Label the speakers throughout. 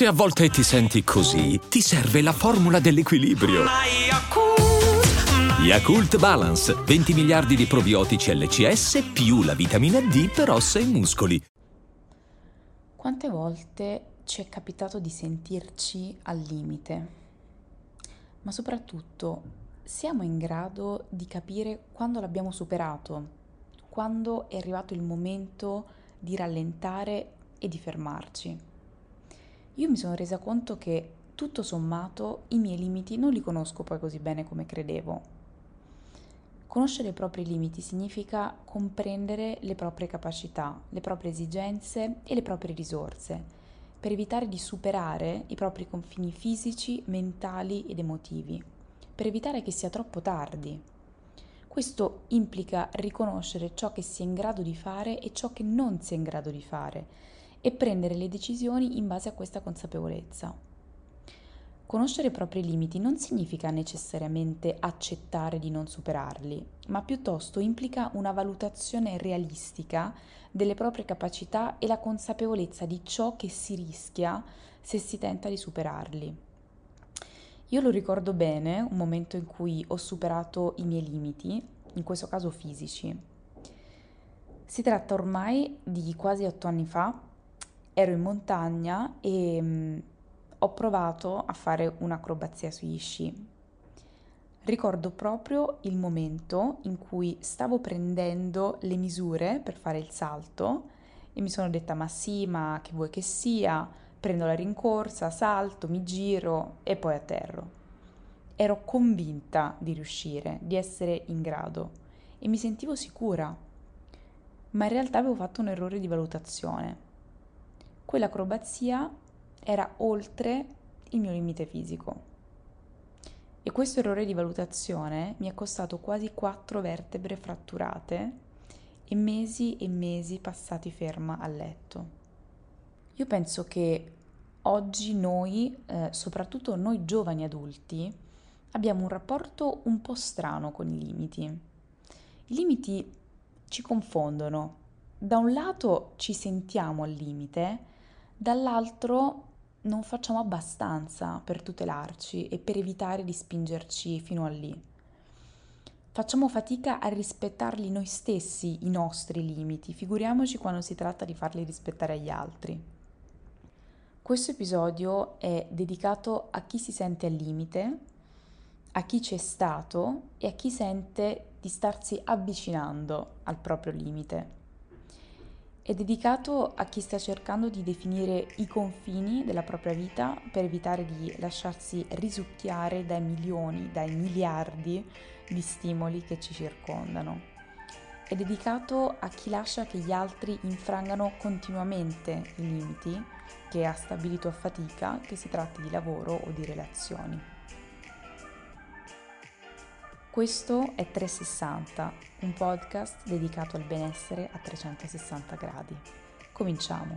Speaker 1: Se a volte ti senti così, ti serve la formula dell'equilibrio. Yakult Balance, 20 miliardi di probiotici LCS più la vitamina D per ossa e muscoli.
Speaker 2: Quante volte ci è capitato di sentirci al limite? Ma soprattutto, siamo in grado di capire quando l'abbiamo superato, quando è arrivato il momento di rallentare e di fermarci? Io mi sono resa conto che, tutto sommato, i miei limiti non li conosco poi così bene come credevo. Conoscere i propri limiti significa comprendere le proprie capacità, le proprie esigenze e le proprie risorse, per evitare di superare i propri confini fisici, mentali ed emotivi, per evitare che sia troppo tardi. Questo implica riconoscere ciò che si è in grado di fare e ciò che non si è in grado di fare e prendere le decisioni in base a questa consapevolezza. Conoscere i propri limiti non significa necessariamente accettare di non superarli, ma piuttosto implica una valutazione realistica delle proprie capacità e la consapevolezza di ciò che si rischia se si tenta di superarli. Io lo ricordo bene, un momento in cui ho superato i miei limiti, in questo caso fisici. Si tratta ormai di quasi 8 anni fa, ero in montagna e ho provato a fare un'acrobazia sugli sci. Ricordo proprio il momento in cui stavo prendendo le misure per fare il salto e mi sono detta: ma sì, ma che vuoi che sia? Prendo la rincorsa, salto, mi giro e poi atterro. Ero convinta di riuscire, di essere in grado e mi sentivo sicura, ma in realtà avevo fatto un errore di valutazione. Quell'acrobazia era oltre il mio limite fisico. E questo errore di valutazione mi è costato quasi 4 vertebre fratturate e mesi passati ferma a letto. Io penso che oggi noi, soprattutto noi giovani adulti, abbiamo un rapporto un po' strano con i limiti. I limiti ci confondono. Da un lato ci sentiamo al limite, dall'altro non facciamo abbastanza per tutelarci e per evitare di spingerci fino a lì. Facciamo fatica a rispettarli noi stessi, i nostri limiti, figuriamoci quando si tratta di farli rispettare agli altri. Questo episodio è dedicato a chi si sente al limite, a chi c'è stato e a chi sente di starsi avvicinando al proprio limite. È dedicato a chi sta cercando di definire i confini della propria vita per evitare di lasciarsi risucchiare dai milioni, dai miliardi di stimoli che ci circondano. È dedicato a chi lascia che gli altri infrangano continuamente i limiti che ha stabilito a fatica, che si tratti di lavoro o di relazioni. Questo è 360, un podcast dedicato al benessere a 360 gradi. Cominciamo!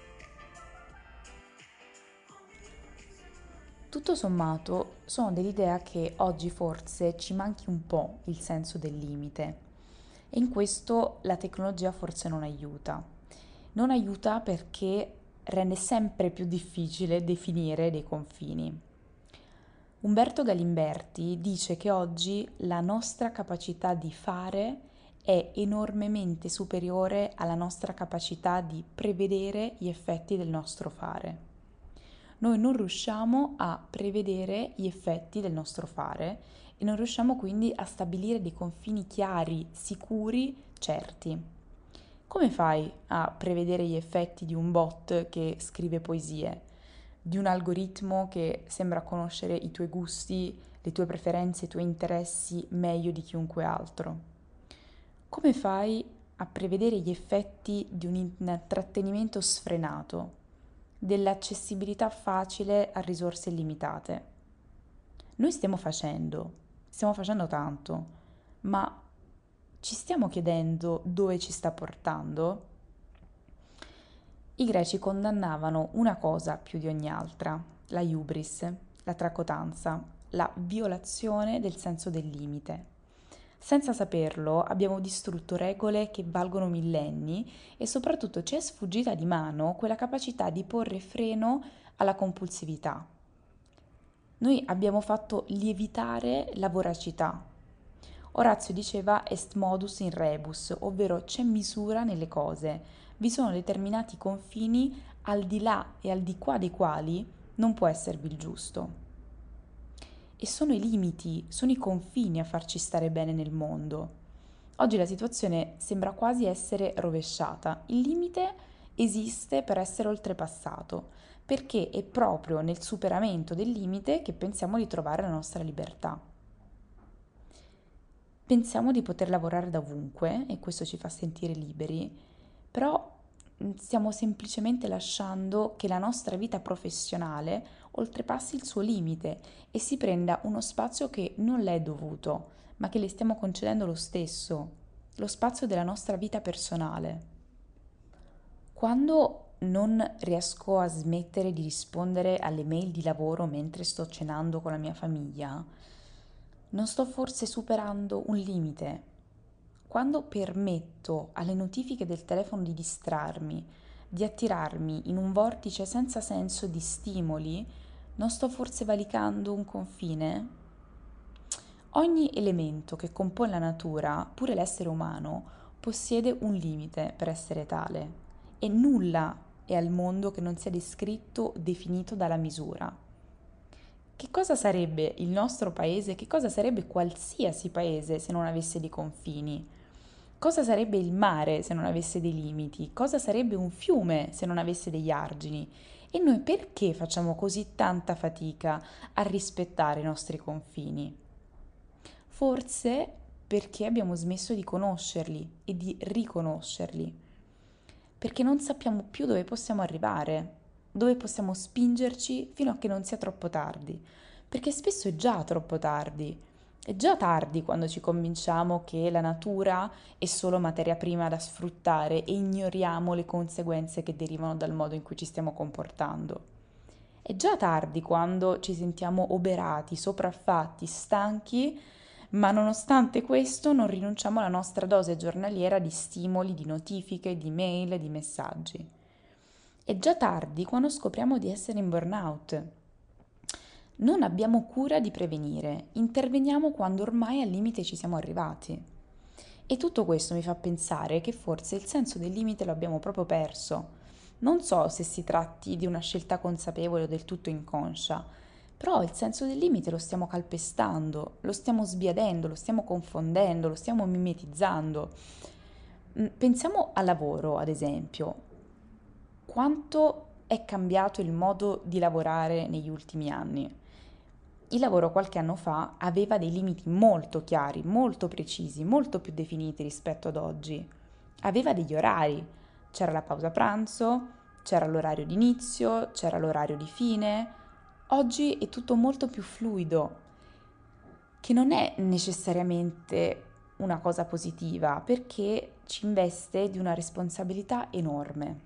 Speaker 2: Tutto sommato, sono dell'idea che oggi forse ci manchi un po' il senso del limite e in questo la tecnologia forse non aiuta. Non aiuta perché rende sempre più difficile definire dei confini. Umberto Galimberti dice che oggi la nostra capacità di fare è enormemente superiore alla nostra capacità di prevedere gli effetti del nostro fare. Noi non riusciamo a prevedere gli effetti del nostro fare e non riusciamo quindi a stabilire dei confini chiari, sicuri, certi. Come fai a prevedere gli effetti di un bot che scrive poesie? Di un algoritmo che sembra conoscere i tuoi gusti, le tue preferenze, i tuoi interessi meglio di chiunque altro? Come fai a prevedere gli effetti di un intrattenimento sfrenato, dell'accessibilità facile a risorse limitate? Noi stiamo facendo tanto, ma ci stiamo chiedendo dove ci sta portando? I greci condannavano una cosa più di ogni altra, la hubris, la tracotanza, la violazione del senso del limite. Senza saperlo abbiamo distrutto regole che valgono millenni e soprattutto ci è sfuggita di mano quella capacità di porre freno alla compulsività. Noi abbiamo fatto lievitare la voracità. Orazio diceva est modus in rebus, ovvero c'è misura nelle cose, vi sono determinati confini al di là e al di qua dei quali non può esservi il giusto. E sono i limiti, sono i confini a farci stare bene nel mondo. Oggi la situazione sembra quasi essere rovesciata. Il limite esiste per essere oltrepassato, perché è proprio nel superamento del limite che pensiamo di trovare la nostra libertà. Pensiamo di poter lavorare da ovunque e questo ci fa sentire liberi, però stiamo semplicemente lasciando che la nostra vita professionale oltrepassi il suo limite e si prenda uno spazio che non le è dovuto, ma che le stiamo concedendo lo stesso, lo spazio della nostra vita personale. Quando non riesco a smettere di rispondere alle mail di lavoro mentre sto cenando con la mia famiglia, non sto forse superando un limite? Quando permetto alle notifiche del telefono di distrarmi, di attirarmi in un vortice senza senso di stimoli, non sto forse valicando un confine? Ogni elemento che compone la natura, pure l'essere umano, possiede un limite per essere tale e nulla è al mondo che non sia descritto o definito dalla misura. Che cosa sarebbe il nostro paese, che cosa sarebbe qualsiasi paese se non avesse dei confini? Cosa sarebbe il mare se non avesse dei limiti? Cosa sarebbe un fiume se non avesse degli argini? E noi perché facciamo così tanta fatica a rispettare i nostri confini? Forse perché abbiamo smesso di conoscerli e di riconoscerli, perché non sappiamo più dove possiamo arrivare, dove possiamo spingerci fino a che non sia troppo tardi, perché spesso è già troppo tardi. È già tardi quando ci convinciamo che la natura è solo materia prima da sfruttare e ignoriamo le conseguenze che derivano dal modo in cui ci stiamo comportando. È già tardi quando ci sentiamo oberati, sopraffatti, stanchi, ma nonostante questo non rinunciamo alla nostra dose giornaliera di stimoli, di notifiche, di mail, di messaggi. È già tardi quando scopriamo di essere in burnout. Non abbiamo cura di prevenire, interveniamo quando ormai al limite ci siamo arrivati. E tutto questo mi fa pensare che forse il senso del limite lo abbiamo proprio perso. Non so se si tratti di una scelta consapevole o del tutto inconscia, però il senso del limite lo stiamo calpestando, lo stiamo sbiadendo, lo stiamo confondendo, lo stiamo mimetizzando. Pensiamo al lavoro, ad esempio. Quanto è cambiato il modo di lavorare negli ultimi anni? Il lavoro qualche anno fa aveva dei limiti molto chiari, molto precisi, molto più definiti rispetto ad oggi. Aveva degli orari, c'era la pausa pranzo, c'era l'orario di inizio, c'era l'orario di fine. Oggi è tutto molto più fluido, che non è necessariamente una cosa positiva perché ci investe di una responsabilità enorme.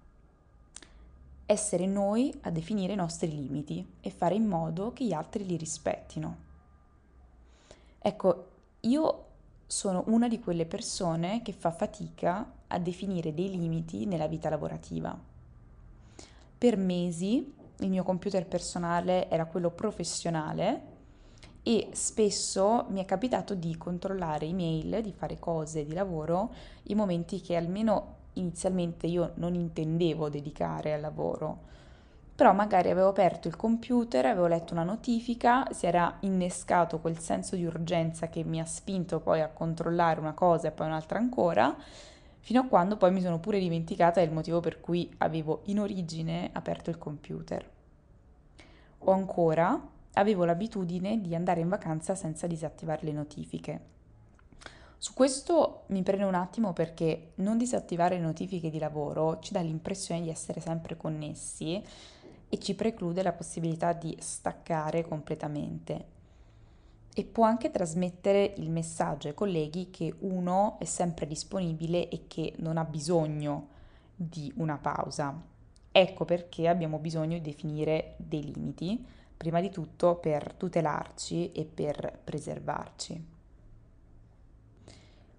Speaker 2: Essere noi a definire i nostri limiti e fare in modo che gli altri li rispettino. Ecco, io sono una di quelle persone che fa fatica a definire dei limiti nella vita lavorativa. Per mesi il mio computer personale era quello professionale e spesso mi è capitato di controllare email, di fare cose di lavoro in momenti che almeno inizialmente io non intendevo dedicare al lavoro. Però magari avevo aperto il computer, avevo letto una notifica, si era innescato quel senso di urgenza che mi ha spinto poi a controllare una cosa e poi un'altra ancora, fino a quando poi mi sono pure dimenticata del motivo per cui avevo in origine aperto il computer. O ancora, avevo l'abitudine di andare in vacanza senza disattivare le notifiche. Su questo mi prendo un attimo perché non disattivare le notifiche di lavoro ci dà l'impressione di essere sempre connessi e ci preclude la possibilità di staccare completamente. E può anche trasmettere il messaggio ai colleghi che uno è sempre disponibile e che non ha bisogno di una pausa. Ecco perché abbiamo bisogno di definire dei limiti, prima di tutto per tutelarci e per preservarci.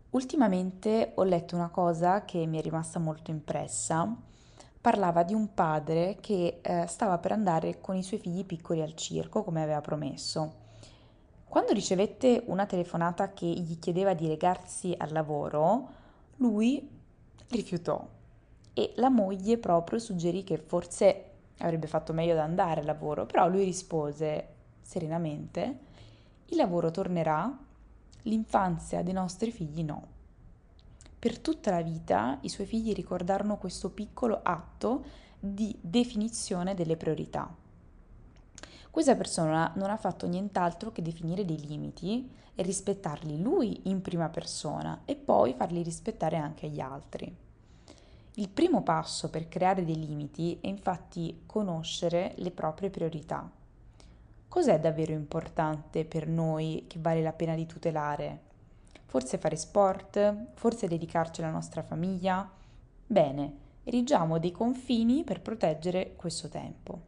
Speaker 2: Ultimamente ho letto una cosa che mi è rimasta molto impressa. Parlava di un padre che stava per andare con i suoi figli piccoli al circo, come aveva promesso. Quando ricevette una telefonata che gli chiedeva di legarsi al lavoro, lui rifiutò e la moglie proprio suggerì che forse avrebbe fatto meglio ad andare al lavoro, però lui rispose serenamente: il lavoro tornerà, l'infanzia dei nostri figli no. Per tutta la vita i suoi figli ricordarono questo piccolo atto di definizione delle priorità. Questa persona non ha fatto nient'altro che definire dei limiti e rispettarli lui in prima persona e poi farli rispettare anche agli altri. Il primo passo per creare dei limiti è infatti conoscere le proprie priorità. Cos'è davvero importante per noi che vale la pena di tutelare? Forse fare sport? Forse dedicarci alla nostra famiglia? Bene, erigiamo dei confini per proteggere questo tempo.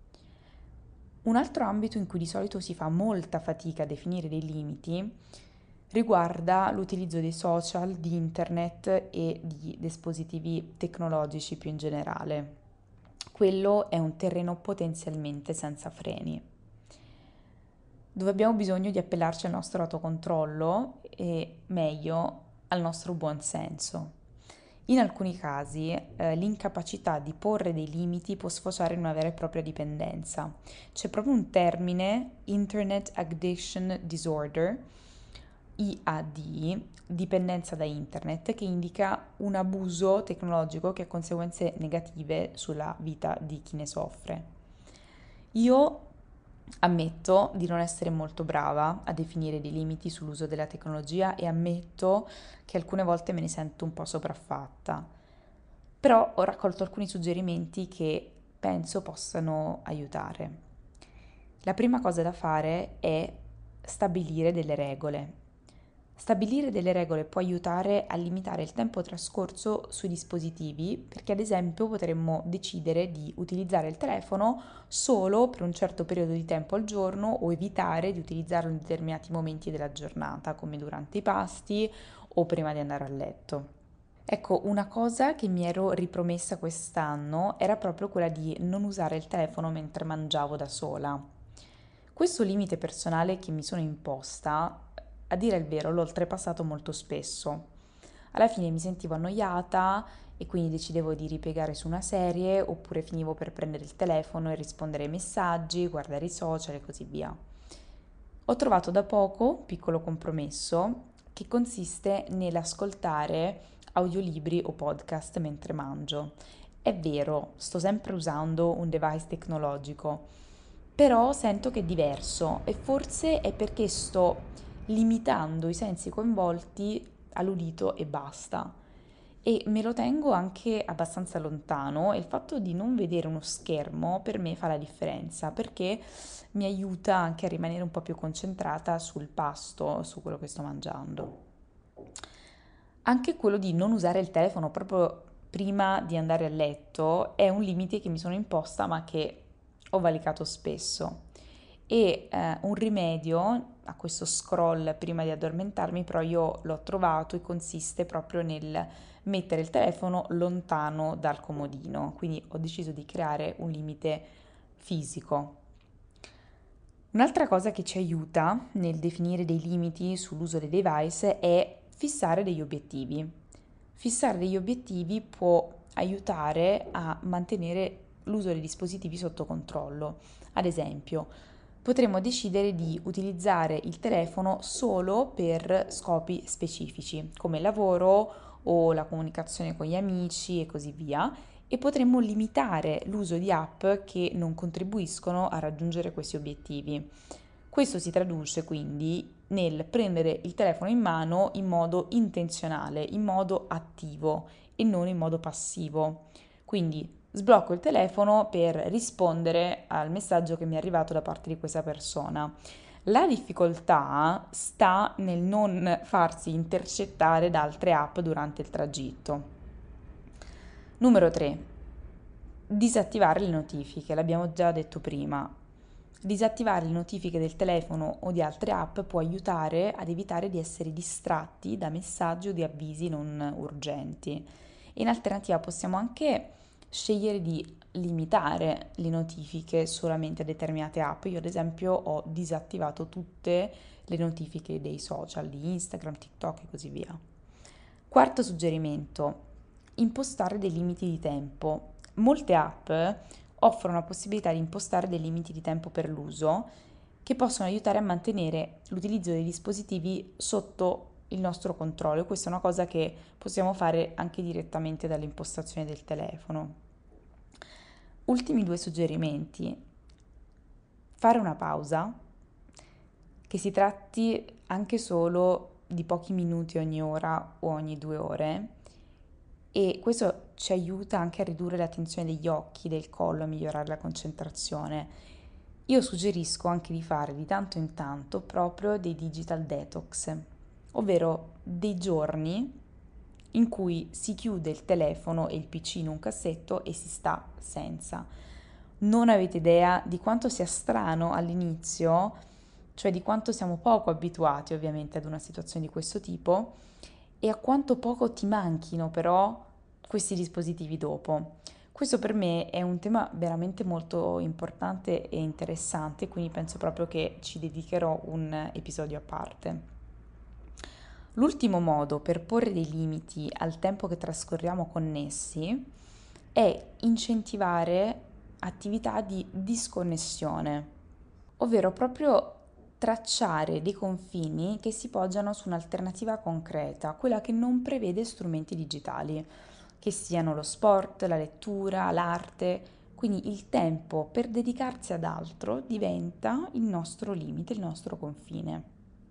Speaker 2: Un altro ambito in cui di solito si fa molta fatica a definire dei limiti riguarda l'utilizzo dei social, di internet e di dispositivi tecnologici più in generale. Quello è un terreno potenzialmente senza freni, dove abbiamo bisogno di appellarci al nostro autocontrollo e meglio al nostro buon senso. In alcuni casi l'incapacità di porre dei limiti può sfociare in una vera e propria dipendenza. C'è proprio un termine, Internet Addiction Disorder, IAD, dipendenza da internet, che indica un abuso tecnologico che ha conseguenze negative sulla vita di chi ne soffre. Io ammetto di non essere molto brava a definire dei limiti sull'uso della tecnologia e ammetto che alcune volte me ne sento un po' sopraffatta. Però ho raccolto alcuni suggerimenti che penso possano aiutare. La prima cosa da fare è stabilire delle regole. Stabilire delle regole può aiutare a limitare il tempo trascorso sui dispositivi, perché ad esempio potremmo decidere di utilizzare il telefono solo per un certo periodo di tempo al giorno o evitare di utilizzarlo in determinati momenti della giornata, come durante i pasti o prima di andare a letto. Ecco, una cosa che mi ero ripromessa quest'anno era proprio quella di non usare il telefono mentre mangiavo da sola. Questo limite personale che mi sono imposta, a dire il vero, l'ho oltrepassato molto spesso. Alla fine mi sentivo annoiata e quindi decidevo di ripiegare su una serie oppure finivo per prendere il telefono e rispondere ai messaggi, guardare i social e così via. Ho trovato da poco, piccolo compromesso, che consiste nell'ascoltare audiolibri o podcast mentre mangio. È vero, sto sempre usando un device tecnologico, però sento che è diverso e forse è perché sto limitando i sensi coinvolti all'udito e basta. E me lo tengo anche abbastanza lontano e il fatto di non vedere uno schermo per me fa la differenza perché mi aiuta anche a rimanere un po' più concentrata sul pasto, su quello che sto mangiando. Anche quello di non usare il telefono proprio prima di andare a letto è un limite che mi sono imposta ma che ho valicato spesso. E un rimedio a questo scroll prima di addormentarmi, però io l'ho trovato e consiste proprio nel mettere il telefono lontano dal comodino, quindi ho deciso di creare un limite fisico. Un'altra cosa che ci aiuta nel definire dei limiti sull'uso dei device è fissare degli obiettivi. Fissare degli obiettivi può aiutare a mantenere l'uso dei dispositivi sotto controllo. Ad esempio, potremmo decidere di utilizzare il telefono solo per scopi specifici, come il lavoro o la comunicazione con gli amici e così via, e potremmo limitare l'uso di app che non contribuiscono a raggiungere questi obiettivi. Questo si traduce quindi nel prendere il telefono in mano in modo intenzionale, in modo attivo e non in modo passivo. Quindi sblocco il telefono per rispondere al messaggio che mi è arrivato da parte di questa persona. La difficoltà sta nel non farsi intercettare da altre app durante il tragitto. Numero 3. Disattivare le notifiche, l'abbiamo già detto prima. Disattivare le notifiche del telefono o di altre app può aiutare ad evitare di essere distratti da messaggi o di avvisi non urgenti. In alternativa possiamo anche scegliere di limitare le notifiche solamente a determinate app. Io ad esempio ho disattivato tutte le notifiche dei social, di Instagram, TikTok e così via. Quarto suggerimento, impostare dei limiti di tempo. Molte app offrono la possibilità di impostare dei limiti di tempo per l'uso che possono aiutare a mantenere l'utilizzo dei dispositivi sotto il nostro controllo. Questa è una cosa che possiamo fare anche direttamente dall'impostazione del telefono. Ultimi due suggerimenti. Fare una pausa, che si tratti anche solo di pochi minuti ogni ora o ogni 2 ore, e questo ci aiuta anche a ridurre la tensione degli occhi, del collo, a migliorare la concentrazione. Io suggerisco anche di fare di tanto in tanto proprio dei digital detox, ovvero dei giorni in cui si chiude il telefono e il PC in un cassetto e si sta senza. Non avete idea di quanto sia strano all'inizio, cioè di quanto siamo poco abituati ovviamente ad una situazione di questo tipo e a quanto poco ti manchino però questi dispositivi dopo. Questo per me è un tema veramente molto importante e interessante, quindi penso proprio che ci dedicherò un episodio a parte. L'ultimo modo per porre dei limiti al tempo che trascorriamo connessi è incentivare attività di disconnessione, ovvero proprio tracciare dei confini che si poggiano su un'alternativa concreta, quella che non prevede strumenti digitali, che siano lo sport, la lettura, l'arte. Quindi il tempo per dedicarsi ad altro diventa il nostro limite, il nostro confine.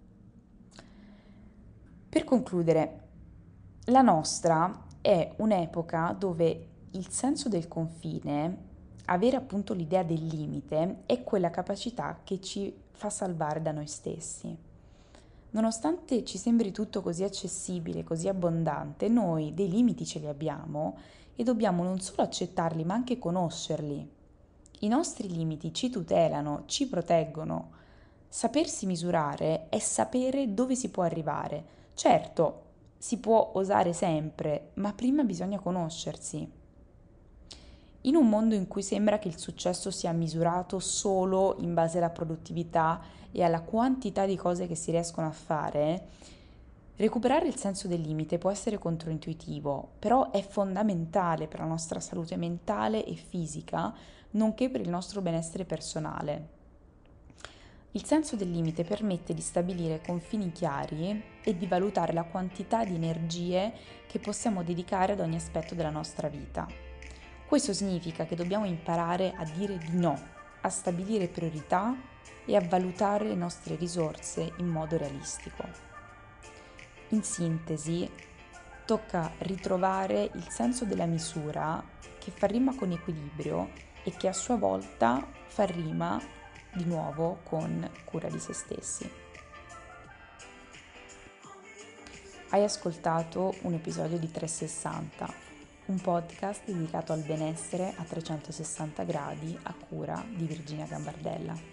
Speaker 2: Per concludere, la nostra è un'epoca dove il senso del confine, avere appunto l'idea del limite, è quella capacità che ci fa salvare da noi stessi. Nonostante ci sembri tutto così accessibile, così abbondante, noi dei limiti ce li abbiamo e dobbiamo non solo accettarli, ma anche conoscerli. I nostri limiti ci tutelano, ci proteggono. Sapersi misurare è sapere dove si può arrivare. Certo, si può osare sempre, ma prima bisogna conoscersi. In un mondo in cui sembra che il successo sia misurato solo in base alla produttività e alla quantità di cose che si riescono a fare, recuperare il senso del limite può essere controintuitivo, però è fondamentale per la nostra salute mentale e fisica, nonché per il nostro benessere personale. Il senso del limite permette di stabilire confini chiari e di valutare la quantità di energie che possiamo dedicare ad ogni aspetto della nostra vita. Questo significa che dobbiamo imparare a dire di no, a stabilire priorità e a valutare le nostre risorse in modo realistico. In sintesi, tocca ritrovare il senso della misura che fa rima con equilibrio e che a sua volta fa rima di nuovo con cura di se stessi. Hai ascoltato un episodio di 360, un podcast dedicato al benessere a 360 gradi a cura di Virginia Gambardella.